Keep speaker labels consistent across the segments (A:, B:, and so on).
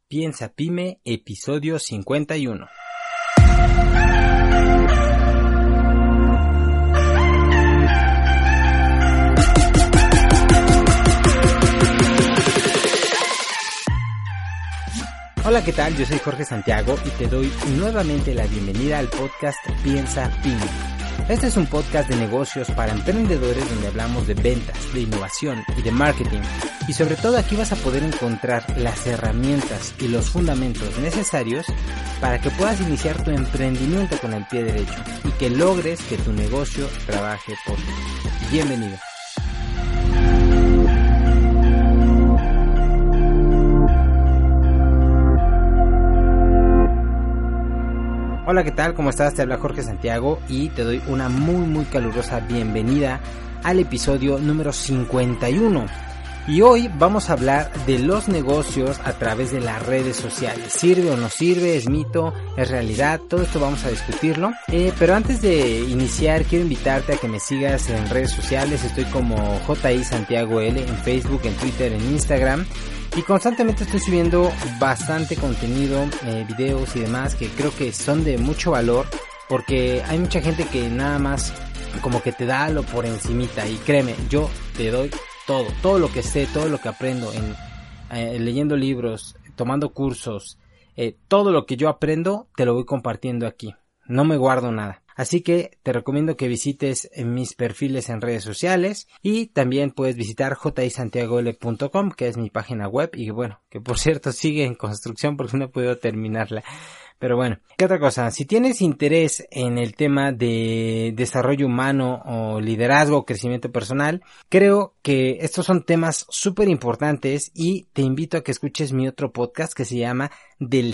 A: Piensa Pyme, episodio 51. Hola, ¿qué tal? Yo soy Jorge Santiago y te doy nuevamente la bienvenida al podcast Piensa Pyme. Este es un podcast de negocios para emprendedores donde hablamos de ventas, de innovación y de marketing. Y sobre todo aquí vas a poder encontrar las herramientas y los fundamentos necesarios para que puedas iniciar tu emprendimiento con el pie derecho y que logres que tu negocio trabaje por ti. Bienvenido. Hola, ¿qué tal? ¿Cómo estás? Te habla Jorge Santiago y te doy una muy calurosa bienvenida al episodio número 51. Y hoy vamos a hablar de los negocios a través de las redes sociales. ¿Sirve o no sirve? ¿Es mito? ¿Es realidad? Todo esto vamos a discutirlo. Pero antes de iniciar, quiero invitarte a que me sigas en redes sociales. Estoy como JI Santiago L en Facebook, en Twitter, en Instagram. Y constantemente estoy subiendo bastante contenido, videos y demás que creo que son de mucho valor. Porque hay mucha gente que nada más como que te da lo por encimita. Y créeme, yo te doy todo lo que sé, todo lo que aprendo leyendo libros, tomando cursos, todo lo que yo aprendo te lo voy compartiendo aquí, no me guardo nada. Así que te recomiendo que visites mis perfiles en redes sociales y también puedes visitar jisantiagol.com, que es mi página web y bueno, que por cierto sigue en construcción porque no he podido terminarla. Pero bueno, ¿qué otra cosa? Si tienes interés en el tema de desarrollo humano o liderazgo o crecimiento personal, creo que estos son temas súper importantes y te invito a que escuches mi otro podcast que se llama Del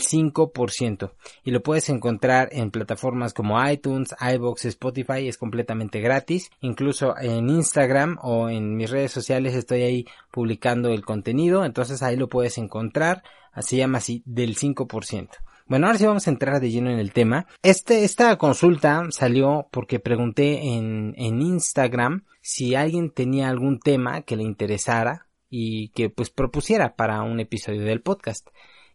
A: 5% y lo puedes encontrar en plataformas como iTunes, iVoox, Spotify, es completamente gratis. Incluso en Instagram o en mis redes sociales estoy ahí publicando el contenido, entonces ahí lo puedes encontrar, se llama así Del 5%. Bueno, ahora sí vamos a entrar de lleno en el tema. Esta consulta salió porque pregunté en Instagram si alguien tenía algún tema que le interesara y que pues propusiera para un episodio del podcast.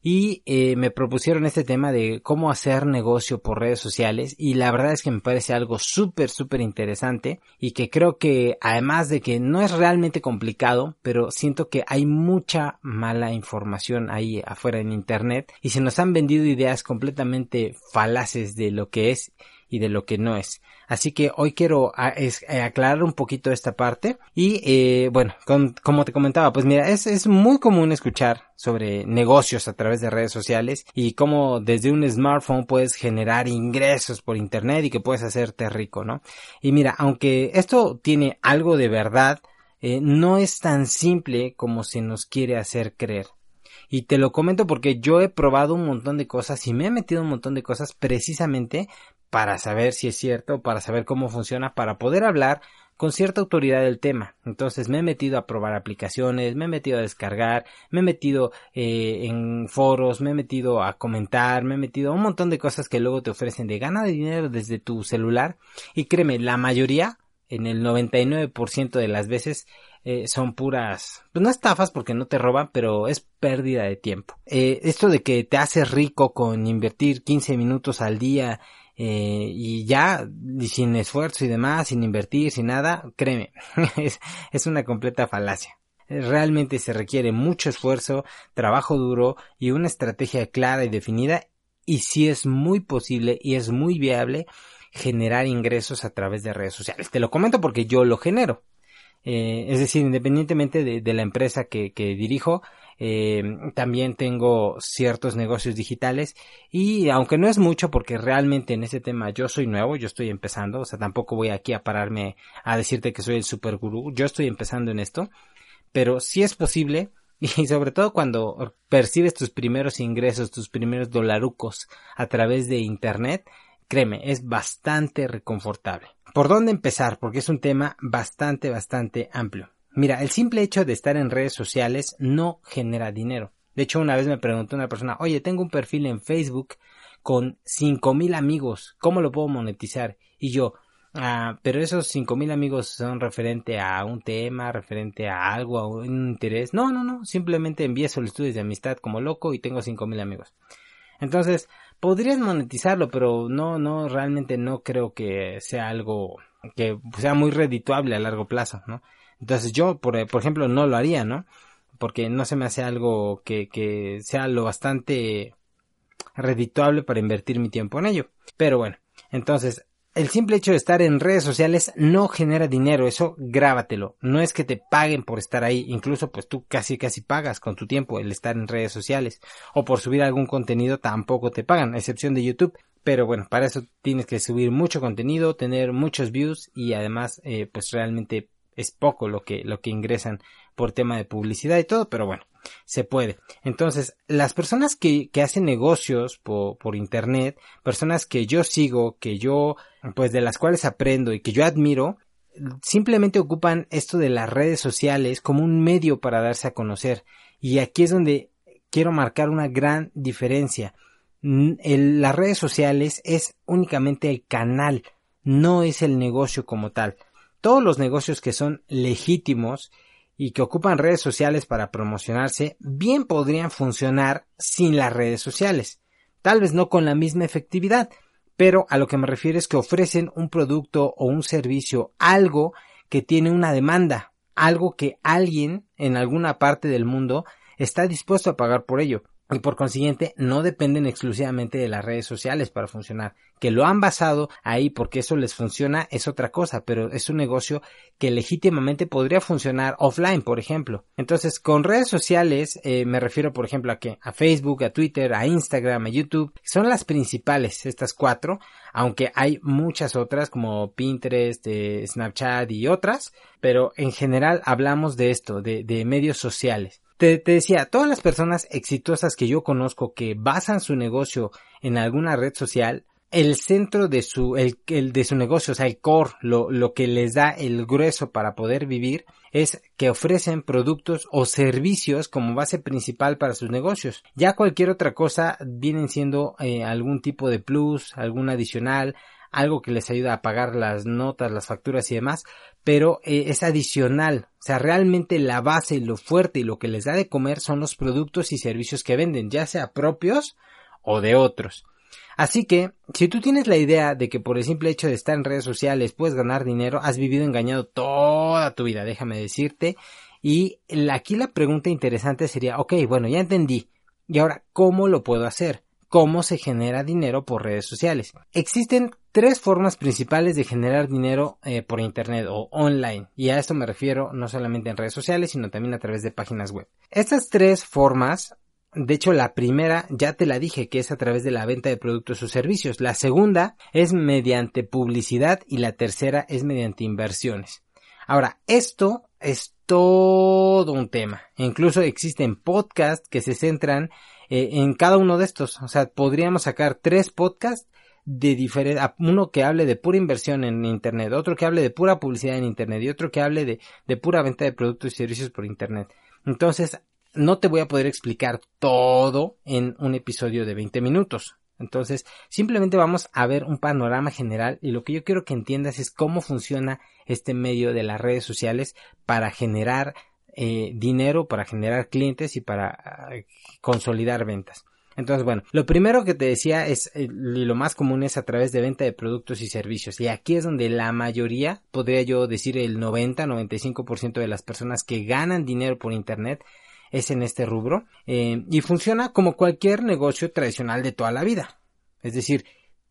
A: Y me propusieron este tema de cómo hacer negocio por redes sociales y la verdad es que me parece algo súper interesante y que creo que además de que no es realmente complicado, pero siento que hay mucha mala información ahí afuera en internet y se nos han vendido ideas completamente falaces de lo que es y de lo que no es. Así que hoy quiero aclarar un poquito esta parte y bueno, como te comentaba, pues mira, es muy común escuchar sobre negocios a través de redes sociales y cómo desde un smartphone puedes generar ingresos por internet y que puedes hacerte rico, ¿no? Y mira, aunque esto tiene algo de verdad, no es tan simple como se nos quiere hacer creer. Y te lo comento porque yo he probado un montón de cosas y me he metido un montón de cosas precisamente para saber si es cierto, para saber cómo funciona, para poder hablar con cierta autoridad del tema. Entonces me he metido a probar aplicaciones, me he metido a descargar, me he metido en foros, me he metido a comentar, me he metido a un montón de cosas que luego te ofrecen de gana de dinero desde tu celular. Y créeme, la mayoría, en el 99% de las veces, son puras, pues no estafas porque no te roban, pero es pérdida de tiempo. Esto de que te haces rico con invertir 15 minutos al día y ya, y sin esfuerzo y demás, sin invertir, sin nada, créeme, es una completa falacia. Realmente se requiere mucho esfuerzo, trabajo duro y una estrategia clara y definida, y sí es muy posible y es muy viable generar ingresos a través de redes sociales. Te lo comento porque yo lo genero. Es decir, independientemente de la empresa que dirijo, también tengo ciertos negocios digitales y aunque no es mucho porque realmente en ese tema yo soy nuevo, yo estoy empezando, o sea, tampoco voy aquí a pararme a decirte que soy el super gurú, yo estoy empezando en esto, pero sí es posible y sobre todo cuando percibes tus primeros ingresos, tus primeros dolarucos a través de internet, créeme, es bastante reconfortable. ¿Por dónde empezar? Porque es un tema bastante amplio. Mira, el simple hecho de estar en redes sociales no genera dinero. De hecho, una vez me preguntó una persona, oye, tengo un perfil en Facebook con 5,000 amigos, ¿cómo lo puedo monetizar? Y yo, pero esos 5,000 amigos son referente a un tema, referente a algo, a un interés. No, simplemente envié solicitudes de amistad como loco y tengo 5,000 amigos. Entonces, podrías monetizarlo, pero realmente no creo que sea algo que sea muy redituable a largo plazo, ¿no? Entonces yo, por ejemplo, no lo haría, ¿no? Porque no se me hace algo que sea lo bastante redituable para invertir mi tiempo en ello. Pero bueno, entonces, el simple hecho de estar en redes sociales no genera dinero, eso grábatelo. No es que te paguen por estar ahí, incluso pues tú casi pagas con tu tiempo el estar en redes sociales, o por subir algún contenido tampoco te pagan, a excepción de YouTube. Pero bueno, para eso tienes que subir mucho contenido, tener muchos views y además pues realmente es poco lo que ingresan por tema de publicidad y todo, pero bueno, se puede. Entonces, las personas que hacen negocios por internet, personas que yo sigo, que yo, pues de las cuales aprendo y que yo admiro, simplemente ocupan esto de las redes sociales como un medio para darse a conocer. Y aquí es donde quiero marcar una gran diferencia. Las redes sociales es únicamente el canal, no es el negocio como tal. Todos los negocios que son legítimos y que ocupan redes sociales para promocionarse, bien podrían funcionar sin las redes sociales. Tal vez no con la misma efectividad, pero a lo que me refiero es que ofrecen un producto o un servicio, algo que tiene una demanda, algo que alguien en alguna parte del mundo está dispuesto a pagar por ello. Y por consiguiente no dependen exclusivamente de las redes sociales para funcionar. Que lo han basado ahí porque eso les funciona es otra cosa, pero es un negocio que legítimamente podría funcionar offline, por ejemplo. Entonces, con redes sociales me refiero, por ejemplo, a Facebook, a Twitter, a Instagram, a YouTube. Son las principales, estas 4, aunque hay muchas otras como Pinterest, Snapchat y otras, pero en general hablamos de esto, de medios sociales. Te decía, todas las personas exitosas que yo conozco que basan su negocio en alguna red social, el centro de de su negocio, o sea, el core, lo que les da el grueso para poder vivir, es que ofrecen productos o servicios como base principal para sus negocios. Ya cualquier otra cosa vienen siendo algún tipo de plus, algún adicional, algo que les ayuda a pagar las notas, las facturas y demás, pero es adicional. O sea, realmente la base y lo fuerte y lo que les da de comer son los productos y servicios que venden, ya sea propios o de otros. Así que, si tú tienes la idea de que por el simple hecho de estar en redes sociales puedes ganar dinero, has vivido engañado toda tu vida, déjame decirte. Y aquí la pregunta interesante sería, ok, bueno, ya entendí. ¿Y ahora cómo lo puedo hacer? ¿Cómo se genera dinero por redes sociales? Existen 3 formas principales de generar dinero por internet o online, y a esto me refiero no solamente en redes sociales, sino también a través de páginas web. Estas 3 formas, de hecho la primera ya te la dije, que es a través de la venta de productos o servicios. La segunda es mediante publicidad y la tercera es mediante inversiones. Ahora, esto es todo un tema. Incluso existen podcasts que se centran en cada uno de estos. O sea, podríamos sacar 3 podcasts de diferente, uno que hable de pura inversión en internet, otro que hable de pura publicidad en internet y otro que hable de pura venta de productos y servicios por internet. Entonces, no te voy a poder explicar todo en un episodio de 20 minutos. Entonces, simplemente vamos a ver un panorama general y lo que yo quiero que entiendas es cómo funciona este medio de las redes sociales para generar dinero, para generar clientes y para consolidar ventas. Entonces, bueno, lo primero que te decía es, y lo más común es a través de venta de productos y servicios. Y aquí es donde la mayoría, podría yo decir el 90-95% de las personas que ganan dinero por internet es en este rubro. Y funciona como cualquier negocio tradicional de toda la vida. Es decir,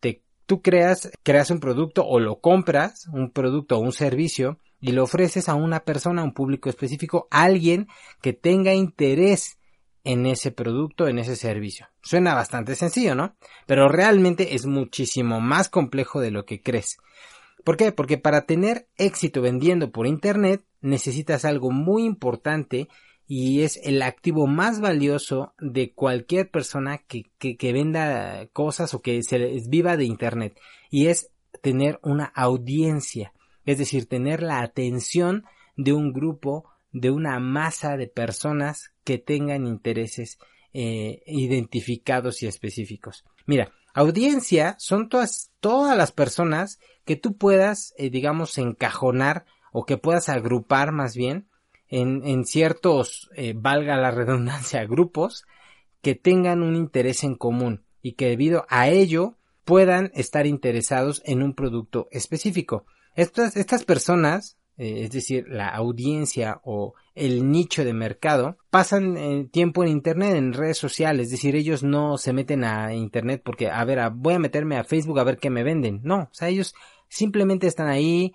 A: tú creas un producto o lo compras, un producto o un servicio, y lo ofreces a una persona, a un público específico, a alguien que tenga interés en ese producto, en ese servicio. Suena bastante sencillo, ¿no? Pero realmente es muchísimo más complejo de lo que crees. ¿Por qué? Porque para tener éxito vendiendo por internet necesitas algo muy importante y es el activo más valioso de cualquier persona que venda cosas o que se viva de internet, y es tener una audiencia, es decir, tener la atención de un grupo, de una masa de personas que tengan intereses identificados y específicos. Mira, Audiencia son todas las personas que tú puedas, digamos, encajonar o que puedas agrupar más bien en ciertos, valga la redundancia, grupos que tengan un interés en común y que debido a ello puedan estar interesados en un producto específico. Estas personas, es decir, la audiencia o el nicho de mercado, pasan tiempo en internet, en redes sociales, es decir, ellos no se meten a internet porque, voy a meterme a Facebook a ver qué me venden. No, o sea, ellos simplemente están ahí,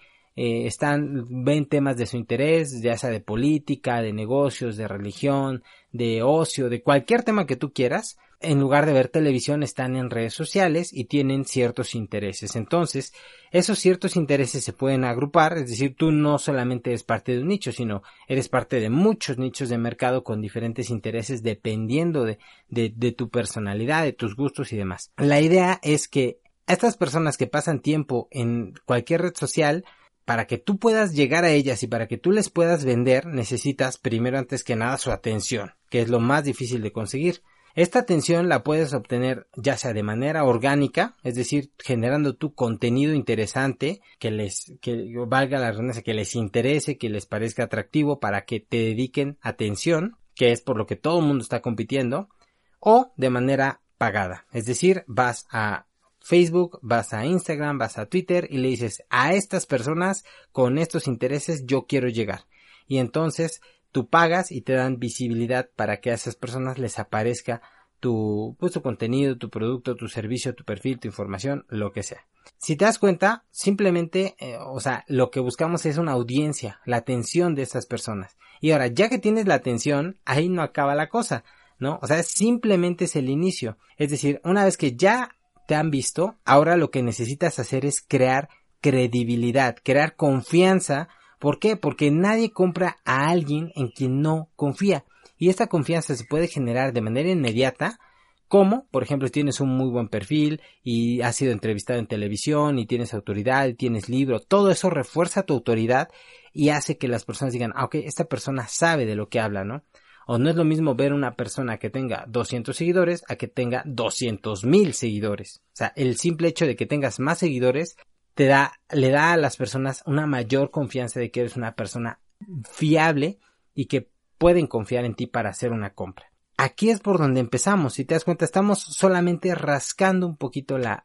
A: ven temas de su interés, ya sea de política, de negocios, de religión, de ocio, de cualquier tema que tú quieras. En lugar de ver televisión, están en redes sociales y tienen ciertos intereses. Entonces, esos ciertos intereses se pueden agrupar, es decir, tú no solamente eres parte de un nicho, sino eres parte de muchos nichos de mercado con diferentes intereses dependiendo de tu personalidad, de tus gustos y demás. La idea es que estas personas que pasan tiempo en cualquier red social, para que tú puedas llegar a ellas y para que tú les puedas vender, necesitas primero antes que nada su atención, que es lo más difícil de conseguir. Esta atención la puedes obtener ya sea de manera orgánica, es decir, generando tu contenido interesante que valga la redundancia, que les interese, que les parezca atractivo para que te dediquen atención, que es por lo que todo el mundo está compitiendo, o de manera pagada, es decir, vas a Facebook, vas a Instagram, vas a Twitter y le dices a estas personas con estos intereses yo quiero llegar. Y entonces tú pagas y te dan visibilidad para que a esas personas les aparezca tu contenido, tu producto, tu servicio, tu perfil, tu información, lo que sea. Si te das cuenta, simplemente, lo que buscamos es una audiencia, la atención de estas personas. Y ahora, ya que tienes la atención, ahí no acaba la cosa, ¿no? O sea, simplemente es el inicio. Es decir, una vez que ya te han visto, ahora lo que necesitas hacer es crear credibilidad, crear confianza. ¿Por qué? Porque nadie compra a alguien en quien no confía. Y esta confianza se puede generar de manera inmediata, como, por ejemplo, si tienes un muy buen perfil y has sido entrevistado en televisión y tienes autoridad y tienes libro, todo eso refuerza tu autoridad y hace que las personas digan, ok, esta persona sabe de lo que habla, ¿no? O no es lo mismo ver una persona que tenga 200 seguidores a que tenga 200,000 seguidores. O sea, el simple hecho de que tengas más seguidores le da a las personas una mayor confianza de que eres una persona fiable y que pueden confiar en ti para hacer una compra. Aquí es por donde empezamos. Si te das cuenta, estamos solamente rascando un poquito la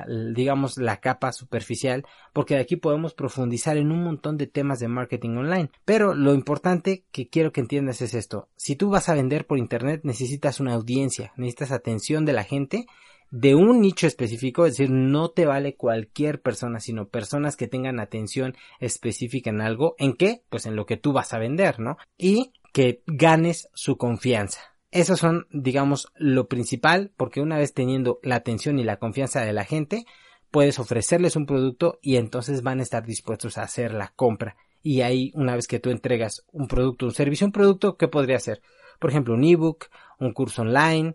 A: capa superficial, porque de aquí podemos profundizar en un montón de temas de marketing online. Pero lo importante que quiero que entiendas es esto. Si tú vas a vender por internet, necesitas una audiencia, necesitas atención de la gente, de un nicho específico, es decir, no te vale cualquier persona, sino personas que tengan atención específica en algo. ¿En qué? Pues en lo que tú vas a vender, ¿no? Y que ganes su confianza. Esos son, digamos, lo principal, porque una vez teniendo la atención y la confianza de la gente, puedes ofrecerles un producto y entonces van a estar dispuestos a hacer la compra. Y ahí, una vez que tú entregas un producto, un servicio, un producto, ¿qué podría ser? Por ejemplo, un ebook, un curso online,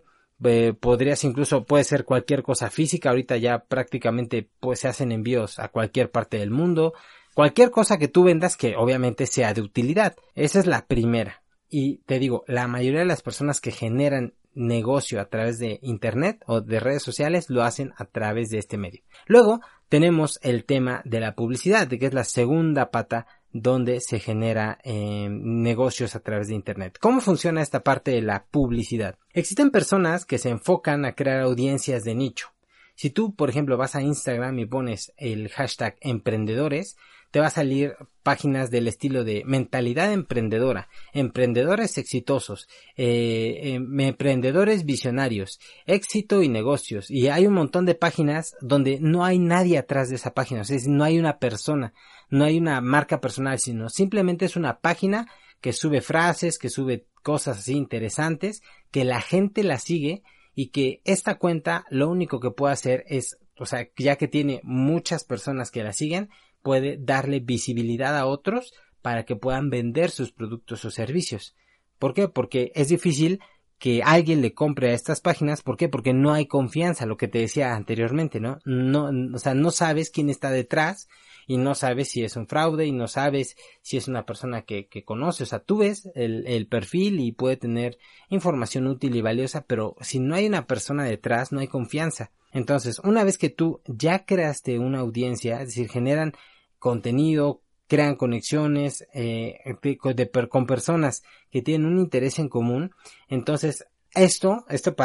A: puede ser cualquier cosa física. Ahorita ya prácticamente pues se hacen envíos a cualquier parte del mundo. Cualquier cosa que tú vendas que obviamente sea de utilidad. Esa es la primera. Y te digo, la mayoría de las personas que generan negocio a través de internet o de redes sociales lo hacen a través de este medio. Luego tenemos el tema de la publicidad, que es la segunda pata donde se genera negocios a través de internet. ¿Cómo funciona esta parte de la publicidad? Existen personas que se enfocan a crear audiencias de nicho. Si tú, por ejemplo, vas a Instagram y pones el hashtag emprendedores, te va a salir páginas del estilo de mentalidad emprendedora, emprendedores exitosos, emprendedores visionarios, éxito y negocios. Y hay un montón de páginas donde no hay nadie atrás de esa página, o sea, no hay una persona, no hay una marca personal, sino simplemente es una página que sube frases, que sube cosas así interesantes, que la gente la sigue y que esta cuenta lo único que puede hacer es, o sea, ya que tiene muchas personas que la siguen, puede darle visibilidad a otros para que puedan vender sus productos o servicios. ¿Por qué? Porque es difícil que alguien le compre a estas páginas. ¿Por qué? Porque no hay confianza, lo que te decía anteriormente, ¿no? No, o sea, no sabes quién está detrás y no sabes si es un fraude y no sabes si es una persona que conoce. O sea, tú ves el perfil y puede tener información útil y valiosa, pero si no hay una persona detrás, no hay confianza. Entonces, una vez que tú ya creaste una audiencia, es decir, generan contenido, crean conexiones con personas que tienen un interés en común, entonces esto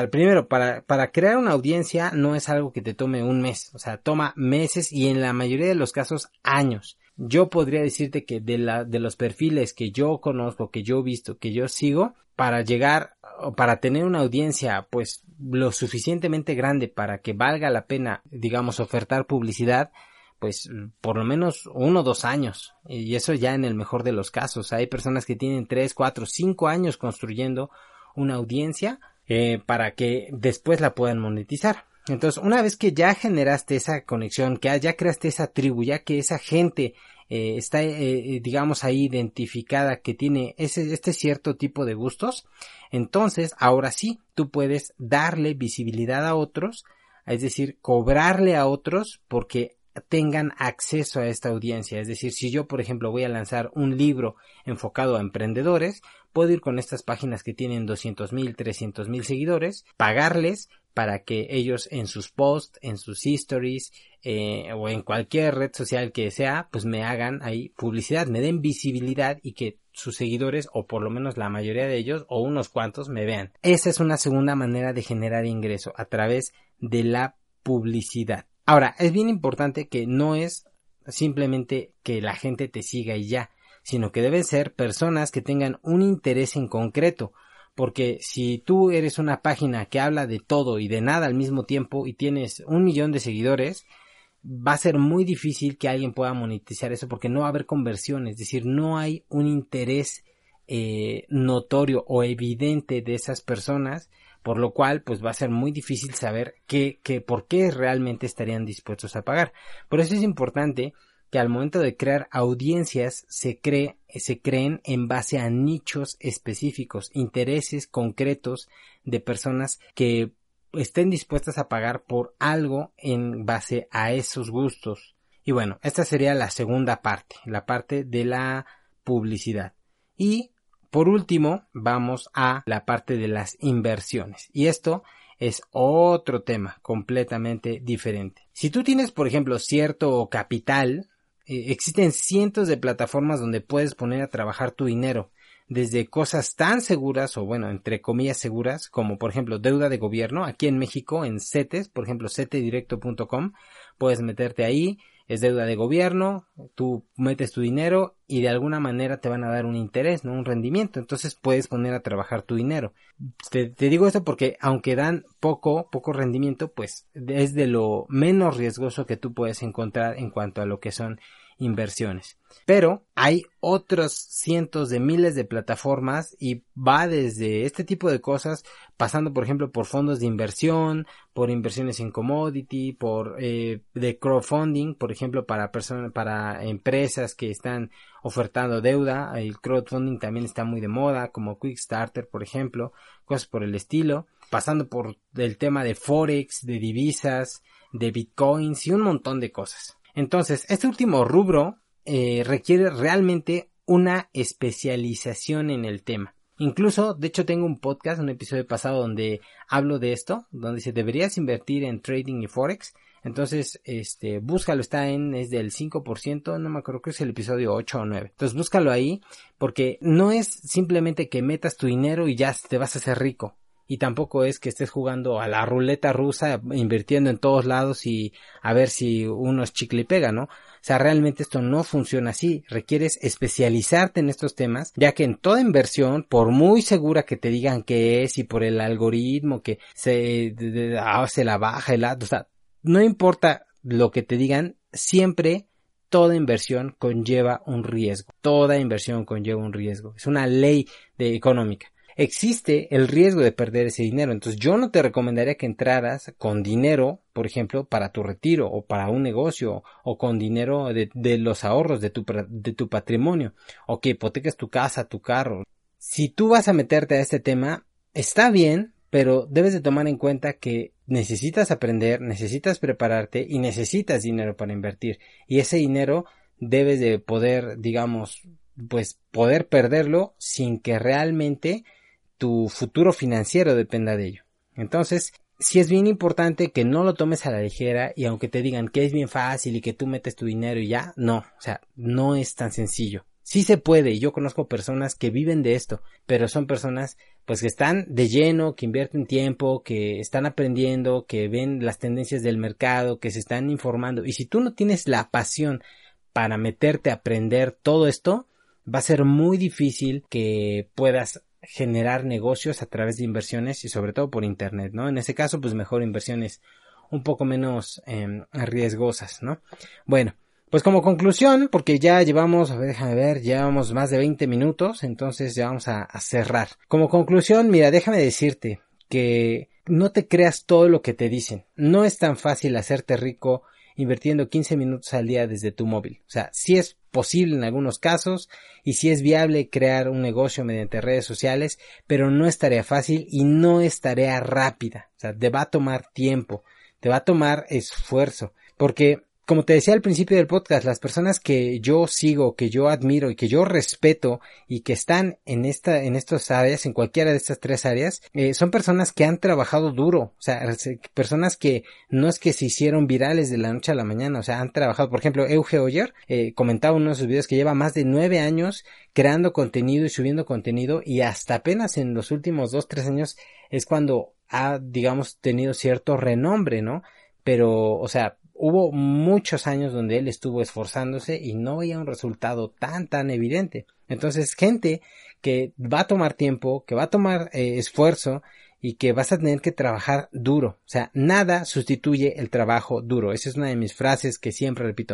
A: para crear una audiencia no es algo que te tome un mes, o sea, toma meses y en la mayoría de los casos años. Yo podría decirte que de los perfiles que yo conozco, que yo he visto, que yo sigo, para llegar o para tener una audiencia pues lo suficientemente grande para que valga la pena, digamos, ofertar publicidad, pues por lo menos 1 o 2 años, y eso ya en el mejor de los casos. Hay personas que tienen 3, 4, 5 años construyendo una audiencia para que después la puedan monetizar. Entonces, una vez que ya generaste esa conexión, que ya creaste esa tribu, ya que esa gente está, digamos, ahí identificada, que tiene este cierto tipo de gustos, entonces, ahora sí, tú puedes darle visibilidad a otros, es decir, cobrarle a otros porque tengan acceso a esta audiencia. Es decir, si yo, por ejemplo, voy a lanzar un libro enfocado a emprendedores, puedo ir con estas páginas que tienen 200,000, 300,000 seguidores, pagarles para que ellos en sus posts, en sus stories o en cualquier red social que sea, pues me hagan ahí publicidad, me den visibilidad y que sus seguidores, o por lo menos la mayoría de ellos, o unos cuantos, me vean. Esa es una segunda manera de generar ingreso, a través de la publicidad. Ahora, es bien importante que no es simplemente que la gente te siga y ya, sino que deben ser personas que tengan un interés en concreto, porque si tú eres una página que habla de todo y de nada al mismo tiempo y tienes 1,000,000 de seguidores, va a ser muy difícil que alguien pueda monetizar eso porque no va a haber conversión, es decir, no hay un interés notorio o evidente de esas personas, por lo cual pues va a ser muy difícil saber por qué realmente estarían dispuestos a pagar. Por eso es importante que al momento de crear audiencias se creen en base a nichos específicos, intereses concretos de personas que estén dispuestas a pagar por algo en base a esos gustos. Y bueno, esta sería la segunda parte, la parte de la publicidad. Y por último, vamos a la parte de las inversiones. Y esto es otro tema completamente diferente. Si tú tienes, por ejemplo, cierto capital, existen cientos de plataformas donde puedes poner a trabajar tu dinero, desde cosas tan seguras, o bueno, entre comillas seguras, como por ejemplo deuda de gobierno. Aquí en México, en CETES, por ejemplo cetedirecto.com, puedes meterte ahí, es deuda de gobierno, tú metes tu dinero y de alguna manera te van a dar un interés, ¿no? Un rendimiento, entonces puedes poner a trabajar tu dinero. Te digo esto porque aunque dan poco rendimiento, pues es de lo menos riesgoso que tú puedes encontrar en cuanto a lo que son inversiones. Pero hay otros cientos de miles de plataformas y va desde este tipo de cosas, pasando por ejemplo por fondos de inversión, por inversiones en commodity, por de crowdfunding, por ejemplo para empresas que están ofertando deuda. El crowdfunding también está muy de moda, como Quickstarter, por ejemplo, cosas por el estilo, pasando por el tema de forex, de divisas, de bitcoins y un montón de cosas. Entonces, este último rubro requiere realmente una especialización en el tema. Incluso, de hecho, tengo un podcast, un episodio pasado donde hablo de esto, donde dice deberías invertir en trading y forex. Entonces, búscalo, es del 5%, no me acuerdo, creo que es el episodio 8 o 9. Entonces, búscalo ahí, porque no es simplemente que metas tu dinero y ya te vas a hacer rico. Y tampoco es que estés jugando a la ruleta rusa, invirtiendo en todos lados y a ver si uno es chicle y pega, ¿no? O sea, realmente esto no funciona así. Requieres especializarte en estos temas, ya que en toda inversión, por muy segura que te digan que es y por el algoritmo que se la baja, o sea, no importa lo que te digan, siempre toda inversión conlleva un riesgo. Toda inversión conlleva un riesgo. Es una ley económica. Existe el riesgo de perder ese dinero, entonces yo no te recomendaría que entraras con dinero, por ejemplo, para tu retiro o para un negocio, o con dinero de los ahorros de tu patrimonio, o que hipoteques tu casa, tu carro. Si tú vas a meterte a este tema, está bien, pero debes de tomar en cuenta que necesitas aprender, necesitas prepararte y necesitas dinero para invertir. Y ese dinero debes de poder, digamos, pues poder perderlo sin que realmente tu futuro financiero dependa de ello. Entonces, sí es bien importante que no lo tomes a la ligera y aunque te digan que es bien fácil y que tú metes tu dinero y ya, no, o sea, no es tan sencillo. Sí se puede, y yo conozco personas que viven de esto, pero son personas pues que están de lleno, que invierten tiempo, que están aprendiendo, que ven las tendencias del mercado, que se están informando. Y si tú no tienes la pasión para meterte a aprender todo esto, va a ser muy difícil que puedas generar negocios a través de inversiones y sobre todo por internet, ¿no? En ese caso, pues mejor inversiones un poco menos riesgosas, ¿no? Bueno, pues como conclusión, porque ya llevamos, llevamos más de 20 minutos, entonces ya vamos a cerrar. Como conclusión, mira, déjame decirte que no te creas todo lo que te dicen. No es tan fácil hacerte rico invirtiendo 15 minutos al día desde tu móvil. O sea, sí es posible en algunos casos y sí es viable crear un negocio mediante redes sociales, pero no es tarea fácil y no es tarea rápida. O sea, te va a tomar tiempo, te va a tomar esfuerzo, porque como te decía al principio del podcast, las personas que yo sigo, que yo admiro y que yo respeto y que están en estas áreas, en cualquiera de estas tres áreas, son personas que han trabajado duro, o sea, personas que no es que se hicieron virales de la noche a la mañana, o sea, han trabajado. Por ejemplo, Euge Oyer comentaba en uno de sus videos que lleva más de 9 años creando contenido y subiendo contenido y hasta apenas en los últimos 2-3 años es cuando ha, digamos, tenido cierto renombre, ¿no? Pero, o sea, hubo muchos años donde él estuvo esforzándose y no veía un resultado tan evidente. Entonces, gente que va a tomar tiempo, que va a tomar esfuerzo y que vas a tener que trabajar duro. O sea, nada sustituye el trabajo duro. Esa es una de mis frases que siempre repito.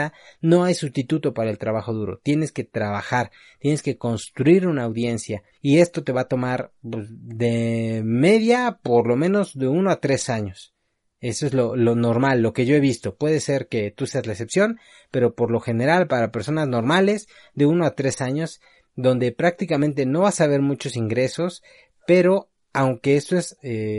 A: No hay sustituto para el trabajo duro. Tienes que trabajar, tienes que construir una audiencia y esto te va a tomar pues, de media por lo menos de 1 a 3 años. Eso es lo normal, lo que yo he visto. Puede ser que tú seas la excepción, pero por lo general para personas normales de 1 a 3 años, donde prácticamente no vas a ver muchos ingresos, pero aunque esto es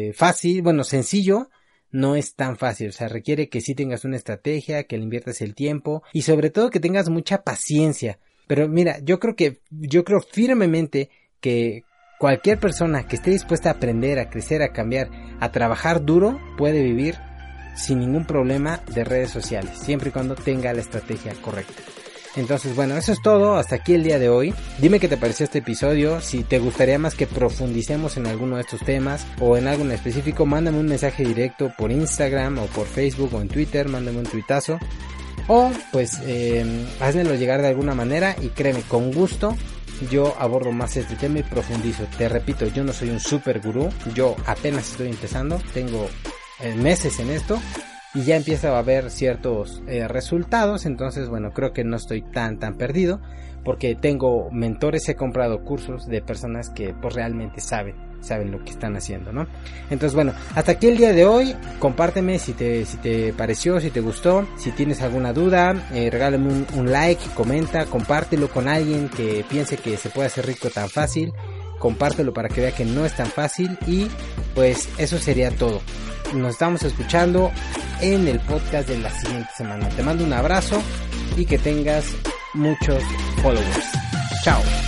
A: sencillo, no es tan fácil. O sea, requiere que sí tengas una estrategia, que le inviertas el tiempo y sobre todo que tengas mucha paciencia. Pero mira, yo creo firmemente que cualquier persona que esté dispuesta a aprender, a crecer, a cambiar, a trabajar duro, puede vivir sin ningún problema de redes sociales, siempre y cuando tenga la estrategia correcta. Entonces, bueno, eso es todo, hasta aquí el día de hoy. Dime qué te pareció este episodio, si te gustaría más que profundicemos en alguno de estos temas o en algo en específico, mándame un mensaje directo por Instagram o por Facebook o en Twitter, mándame un tuitazo. O pues házmelo llegar de alguna manera y créeme, con gusto yo abordo más este tema y profundizo. Te repito, yo no soy un super gurú, yo apenas estoy empezando, tengo meses en esto y ya empieza a haber ciertos resultados. Entonces bueno, creo que no estoy tan perdido porque tengo mentores, he comprado cursos de personas que pues realmente saben lo que están haciendo, ¿no? Entonces bueno, hasta aquí el día de hoy. Compárteme si te pareció, si te gustó, si tienes alguna duda, regálame un like, comenta, compártelo con alguien que piense que se puede hacer rico tan fácil, compártelo para que vea que no es tan fácil y pues eso sería todo. Nos estamos escuchando en el podcast de la siguiente semana. Te mando un abrazo y que tengas muchos followers. Chao.